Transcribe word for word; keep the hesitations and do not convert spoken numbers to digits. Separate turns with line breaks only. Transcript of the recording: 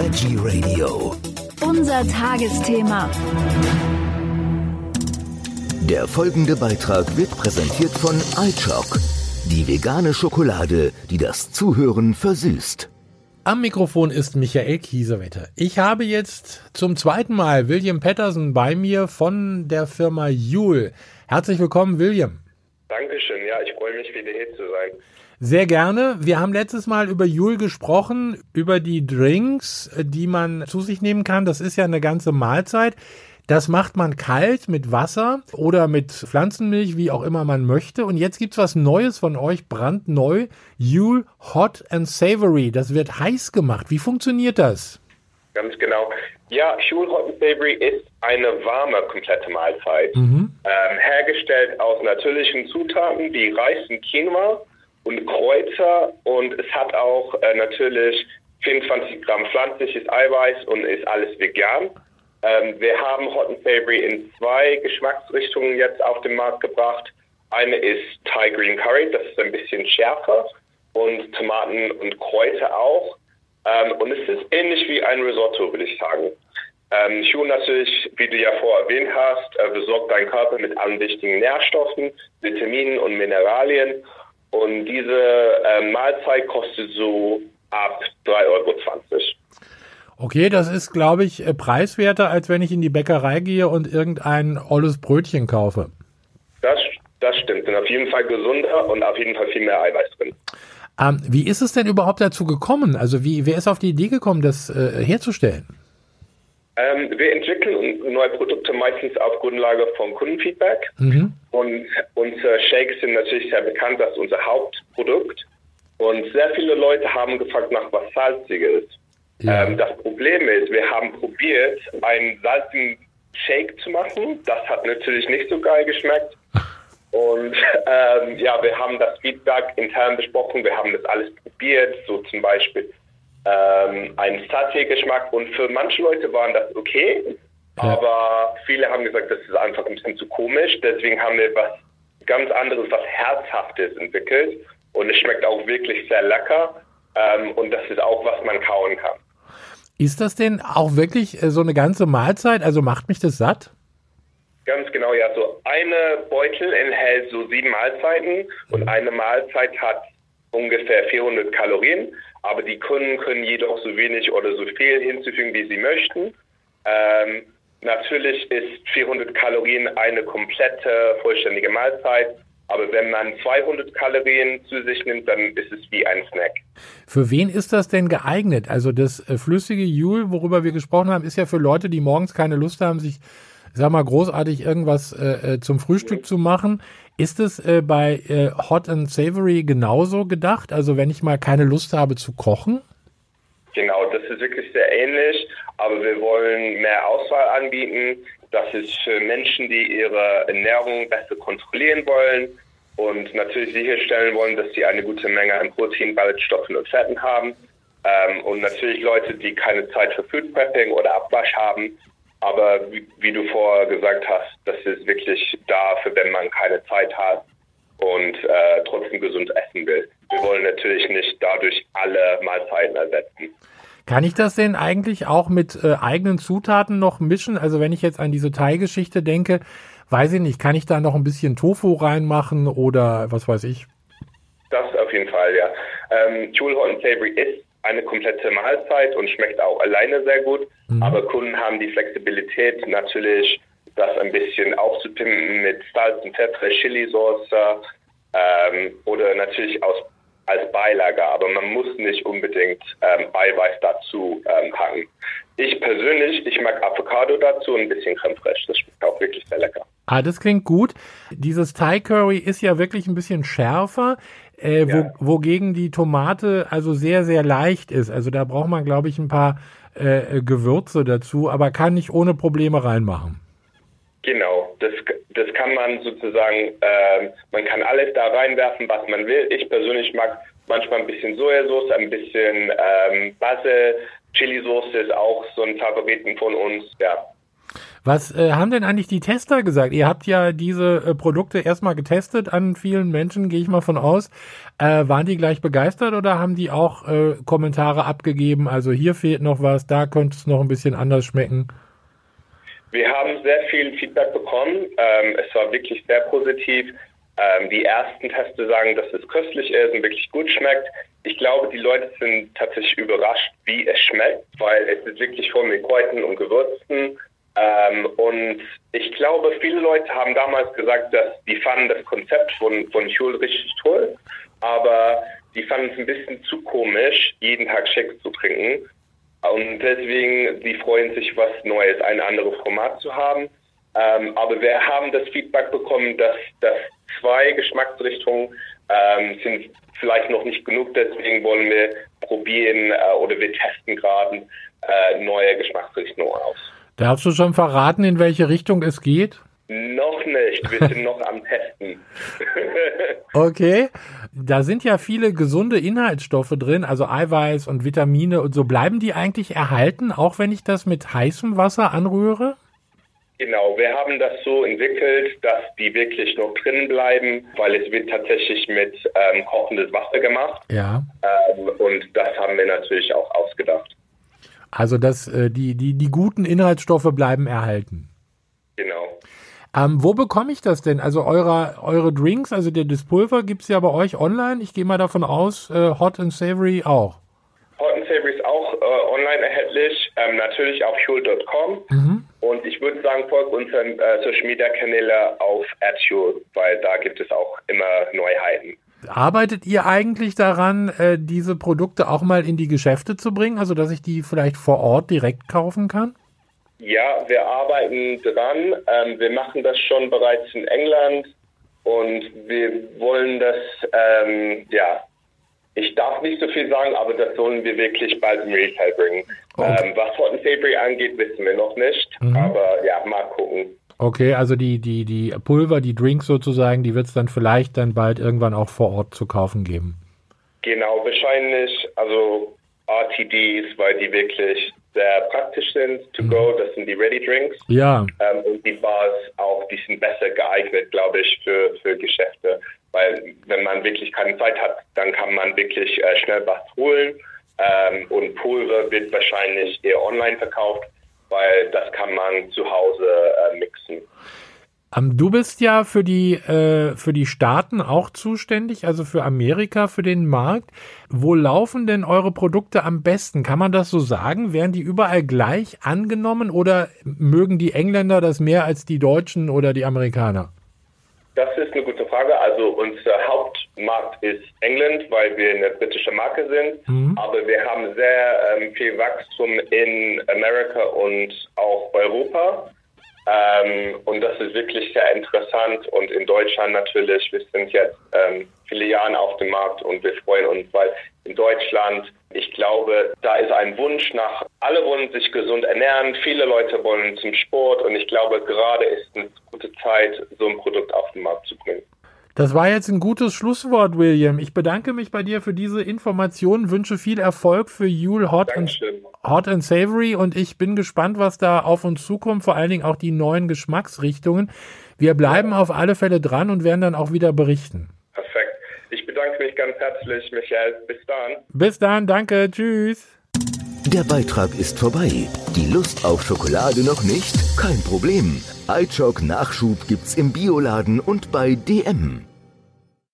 Veggie Radio.
Unser Tagesthema.
Der folgende Beitrag wird präsentiert von iChoc, die vegane Schokolade, die das Zuhören versüßt.
Am Mikrofon ist Michael Kiesewetter. Ich habe jetzt zum zweiten Mal William Patterson bei mir von der Firma Huel. Herzlich willkommen, William.
Dankeschön, ja, ich freue mich, wieder hier zu sein.
Sehr gerne. Wir haben letztes Mal über Huel gesprochen, über die Drinks, die man zu sich nehmen kann. Das ist ja eine ganze Mahlzeit. Das macht man kalt mit Wasser oder mit Pflanzenmilch, wie auch immer man möchte. Und jetzt gibt's was Neues von euch, brandneu. Huel Hot and Savory. Das wird heiß gemacht. Wie funktioniert das?
Ganz genau. Ja, Huel Hot and Savory ist eine warme, komplette Mahlzeit.
Mhm.
Ähm, hergestellt aus natürlichen Zutaten wie Reis und Quinoa und Kräuter. Und es hat auch äh, natürlich vierundzwanzig Gramm pflanzliches Eiweiß und ist alles vegan. Ähm, wir haben Hot and Savory in zwei Geschmacksrichtungen jetzt auf den Markt gebracht. Eine ist Thai Green Curry, das ist ein bisschen schärfer, und Tomaten und Kräuter auch. Ähm, und es ist ähnlich wie ein Risotto, würde ich sagen. Ähm, Huel natürlich, wie du ja vorher erwähnt hast, äh, versorgt deinen Körper mit allen wichtigen Nährstoffen, Vitaminen und Mineralien. Und diese äh, Mahlzeit kostet so ab drei Euro zwanzig.
Okay, das ist, glaube ich, preiswerter, als wenn ich in die Bäckerei gehe und irgendein olles Brötchen kaufe.
Das, das stimmt. Und auf jeden Fall gesunder und auf jeden Fall viel mehr Eiweiß drin.
Ähm, wie ist es denn überhaupt dazu gekommen? Also wie, wer ist auf die Idee gekommen, das äh, herzustellen?
Ähm, wir entwickeln neue Produkte meistens auf Grundlage von Kundenfeedback.
Mhm.
Und unsere Shakes sind natürlich sehr bekannt, das ist unser Hauptprodukt. Und sehr viele Leute haben gefragt nach was Salziges.
Ja.
Ähm, das Problem ist, wir haben probiert, einen salzigen Shake zu machen. Das hat natürlich nicht so geil geschmeckt. Und ähm, ja, wir haben das Feedback intern besprochen. Wir haben das alles probiert, so zum Beispiel ähm, einen Saté-Geschmack. Und für manche Leute waren das okay, ja. Aber viele haben gesagt, das ist einfach ein bisschen zu komisch. Deswegen haben wir was ganz anderes, was Herzhaftes entwickelt. Und es schmeckt auch wirklich sehr lecker. Ähm, und das ist auch, was man kauen kann.
Ist das denn auch wirklich äh, so eine ganze Mahlzeit? Also macht mich das satt?
Ganz genau, ja. So eine Beutel enthält so sieben Mahlzeiten und eine Mahlzeit hat ungefähr vierhundert Kalorien. Aber die Kunden können jedoch so wenig oder so viel hinzufügen, wie sie möchten. Ähm, natürlich ist vierhundert Kalorien eine komplette, vollständige Mahlzeit. Aber wenn man zweihundert Kalorien zu sich nimmt, dann ist es wie ein Snack.
Für wen ist das denn geeignet? Also das äh, flüssige Huel, worüber wir gesprochen haben, ist ja für Leute, die morgens keine Lust haben, sich, sag mal, großartig irgendwas äh, zum Frühstück mhm. zu machen. Ist es äh, bei äh, Hot and Savory genauso gedacht? Also wenn ich mal keine Lust habe zu kochen?
Genau, das ist wirklich sehr ähnlich. Aber wir wollen mehr Auswahl anbieten. Das ist für Menschen, die ihre Ernährung besser kontrollieren wollen und natürlich sicherstellen wollen, dass sie eine gute Menge an Protein, Ballaststoffen und Fetten haben. Ähm, und natürlich Leute, die keine Zeit für Food Prepping oder Abwasch haben. Aber wie, wie du vorher gesagt hast, das ist wirklich da, für wenn man keine Zeit hat und äh, trotzdem gesund essen will. Wir wollen natürlich nicht dadurch alle Mahlzeiten ersetzen.
Kann ich das denn eigentlich auch mit äh, eigenen Zutaten noch mischen? Also wenn ich jetzt an diese Thai-Geschichte denke, weiß ich nicht, kann ich da noch ein bisschen Tofu reinmachen oder was weiß ich?
Das auf jeden Fall, ja. Ähm, Huel Hot and Savory ist eine komplette Mahlzeit und schmeckt auch alleine sehr gut. Mhm. Aber Kunden haben die Flexibilität natürlich, das ein bisschen aufzupimpen mit Salz und Pfeffer, Chili-Sauce ähm, oder natürlich aus als Beilage, aber man muss nicht unbedingt ähm, Eiweiß dazu ähm, packen. Ich persönlich, ich mag Avocado dazu und ein bisschen Creme fraiche. Das schmeckt auch wirklich sehr lecker.
Ah, das klingt gut. Dieses Thai Curry ist ja wirklich ein bisschen schärfer, äh, ja. wo, wogegen die Tomate also sehr, sehr leicht ist. Also da braucht man, glaube ich, ein paar äh, Gewürze dazu, aber kann nicht ohne Probleme reinmachen.
Genau, das, das kann man sozusagen, äh, man kann alles da reinwerfen, was man will. Ich persönlich mag manchmal ein bisschen Sojasauce, ein bisschen ähm, Basil, Chili-Sauce ist auch so ein Favoriten von uns, ja.
Was äh, haben denn eigentlich die Tester gesagt? Ihr habt ja diese äh, Produkte erstmal getestet an vielen Menschen, gehe ich mal von aus. Äh, waren die gleich begeistert oder haben die auch äh, Kommentare abgegeben? Also hier fehlt noch was, da könnte es noch ein bisschen anders schmecken.
Wir haben sehr viel Feedback bekommen. Ähm, es war wirklich sehr positiv. Ähm, die ersten Teste sagen, dass es köstlich ist und wirklich gut schmeckt. Ich glaube, die Leute sind tatsächlich überrascht, wie es schmeckt, weil es ist wirklich voll mit Kräutern und Gewürzen. Ähm, und ich glaube, viele Leute haben damals gesagt, dass die fanden das Konzept von, von Huel richtig toll, aber die fanden es ein bisschen zu komisch, jeden Tag Shakes zu trinken. Und deswegen, die freuen sich, was Neues, ein anderes Format zu haben. Ähm, aber wir haben das Feedback bekommen, dass, dass zwei Geschmacksrichtungen ähm, sind vielleicht noch nicht genug. Deswegen wollen wir probieren äh, oder wir testen gerade äh, neue Geschmacksrichtungen aus.
Darfst du schon verraten, in welche Richtung es geht?
Noch nicht, wir sind noch am Testen.
Okay, da sind ja viele gesunde Inhaltsstoffe drin, also Eiweiß und Vitamine und so. Bleiben die eigentlich erhalten, auch wenn ich das mit heißem Wasser anrühre?
Genau, wir haben das so entwickelt, dass die wirklich noch drin bleiben, weil es wird tatsächlich mit ähm, kochendes Wasser gemacht.
Ja.
Ähm, und das haben wir natürlich auch ausgedacht.
Also dass äh, die, die, die guten Inhaltsstoffe bleiben erhalten.
Genau.
Ähm, wo bekomme ich das denn? Also eure, eure Drinks, also der, das Pulver gibt es ja bei euch online. Ich gehe mal davon aus, äh, Hot and Savory auch.
Hot and Savory ist auch äh, online erhältlich, ähm, natürlich auf huel Punkt com. Mhm. Und ich würde sagen, folgt unseren äh, Social Media Kanäle auf at huel, weil da gibt es auch immer Neuheiten.
Arbeitet ihr eigentlich daran, äh, diese Produkte auch mal in die Geschäfte zu bringen, also dass ich die vielleicht vor Ort direkt kaufen kann?
Ja, wir arbeiten dran. Ähm, wir machen das schon bereits in England und wir wollen das, ähm, ja, ich darf nicht so viel sagen, aber das sollen wir wirklich bald im Retail bringen. Okay. Ähm, was Hot and Savory angeht, wissen wir noch nicht, mhm. aber ja, mal gucken. Okay,
also die, die, die Pulver, die Drinks sozusagen, die wird es dann vielleicht dann bald irgendwann auch vor Ort zu kaufen geben.
Genau, wahrscheinlich, also R T Ds, weil die wirklich sehr praktisch sind, to mhm. go, das sind die Ready Drinks.
Ja.
Ähm, und die Bars auch, die sind besser geeignet, glaube ich, für, für Geschäfte. Weil wenn man wirklich keine Zeit hat, dann kann man wirklich äh, schnell was holen. Ähm, und Pulver wird wahrscheinlich eher online verkauft, weil das kann man zu Hause äh, mixen.
Um, du bist ja für die, äh, für die Staaten auch zuständig, also für Amerika, für den Markt. Wo laufen denn eure Produkte am besten? Kann man das so sagen? Werden die überall gleich angenommen oder mögen die Engländer das mehr als die Deutschen oder die Amerikaner?
Das ist eine gute Frage. Also unser Hauptmarkt ist England, weil wir eine britische Marke sind. Mhm. Aber wir haben sehr ähm, viel Wachstum in Amerika und auch Europa. Ähm, und das ist wirklich sehr interessant. Und in Deutschland natürlich, wir sind jetzt ähm, viele Jahre auf dem Markt und wir freuen uns, weil in Deutschland, ich glaube, da ist ein Wunsch nach, alle wollen sich gesund ernähren, viele Leute wollen zum Sport und ich glaube, gerade ist eine gute Zeit, so ein Produkt auf den Markt zu bringen.
Das war jetzt ein gutes Schlusswort, William. Ich bedanke mich bei dir für diese Informationen, wünsche viel Erfolg für Huel Hot and, Hot and Savory und ich bin gespannt, was da auf uns zukommt, vor allen Dingen auch die neuen Geschmacksrichtungen. Wir bleiben auf alle Fälle dran und werden dann auch wieder berichten.
Perfekt. Ich bedanke mich ganz herzlich, Michael. Bis dann.
Bis dann, danke. Tschüss.
Der Beitrag ist vorbei. Die Lust auf Schokolade noch nicht? Kein Problem. iChoc Nachschub gibt's im Bioladen und bei D M.